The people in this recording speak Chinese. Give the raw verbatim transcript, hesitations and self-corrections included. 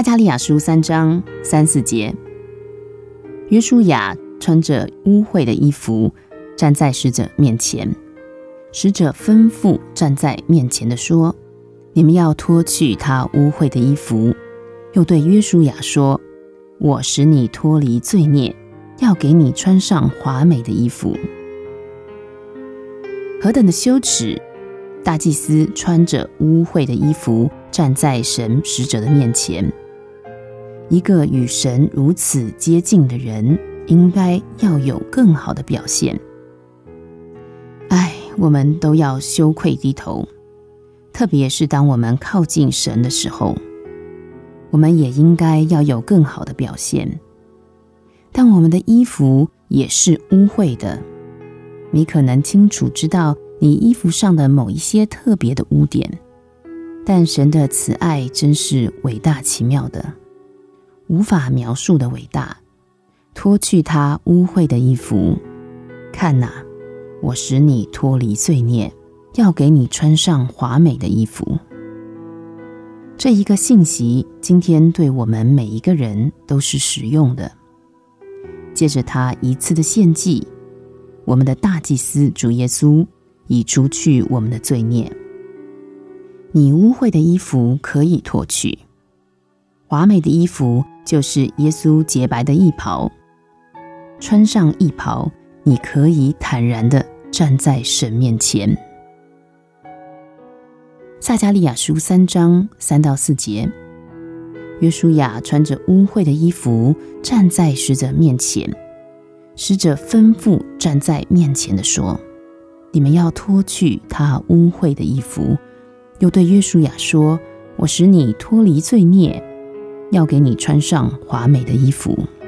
撒迦利亚书三章三四节，约书亚穿着污秽的衣服站在使者面前，使者吩咐站在面前的说：你们要脱去他污秽的衣服。又对约书亚说：我使你脱离罪孽，要给你穿上华美的衣服。何等的羞耻！大祭司穿着污秽的衣服站在神使者的面前。一个与神如此接近的人，应该要有更好的表现。唉，我们都要羞愧低头，特别是当我们靠近神的时候，我们也应该要有更好的表现。但我们的衣服也是污秽的，你可能清楚知道你衣服上的某一些特别的污点，但神的慈爱真是伟大奇妙的，无法描述的伟大。脱去他污秽的衣服，看哪，我使你脱离罪孽，要给你穿上华美的衣服。这一个信息今天对我们每一个人都是实用的。借着他一次的献祭，我们的大祭司主耶稣已除去我们的罪孽。你污秽的衣服可以脱去，华美的衣服就是耶稣洁白的义袍。穿上义袍，你可以坦然地站在神面前。撒迦利亚书三章三到四节，约书亚穿着污秽的衣服站在使者面前，使者吩咐站在面前的说：你们要脱去他污秽的衣服。又对约书亚说：我使你脱离罪孽，要给你穿上华美的衣服。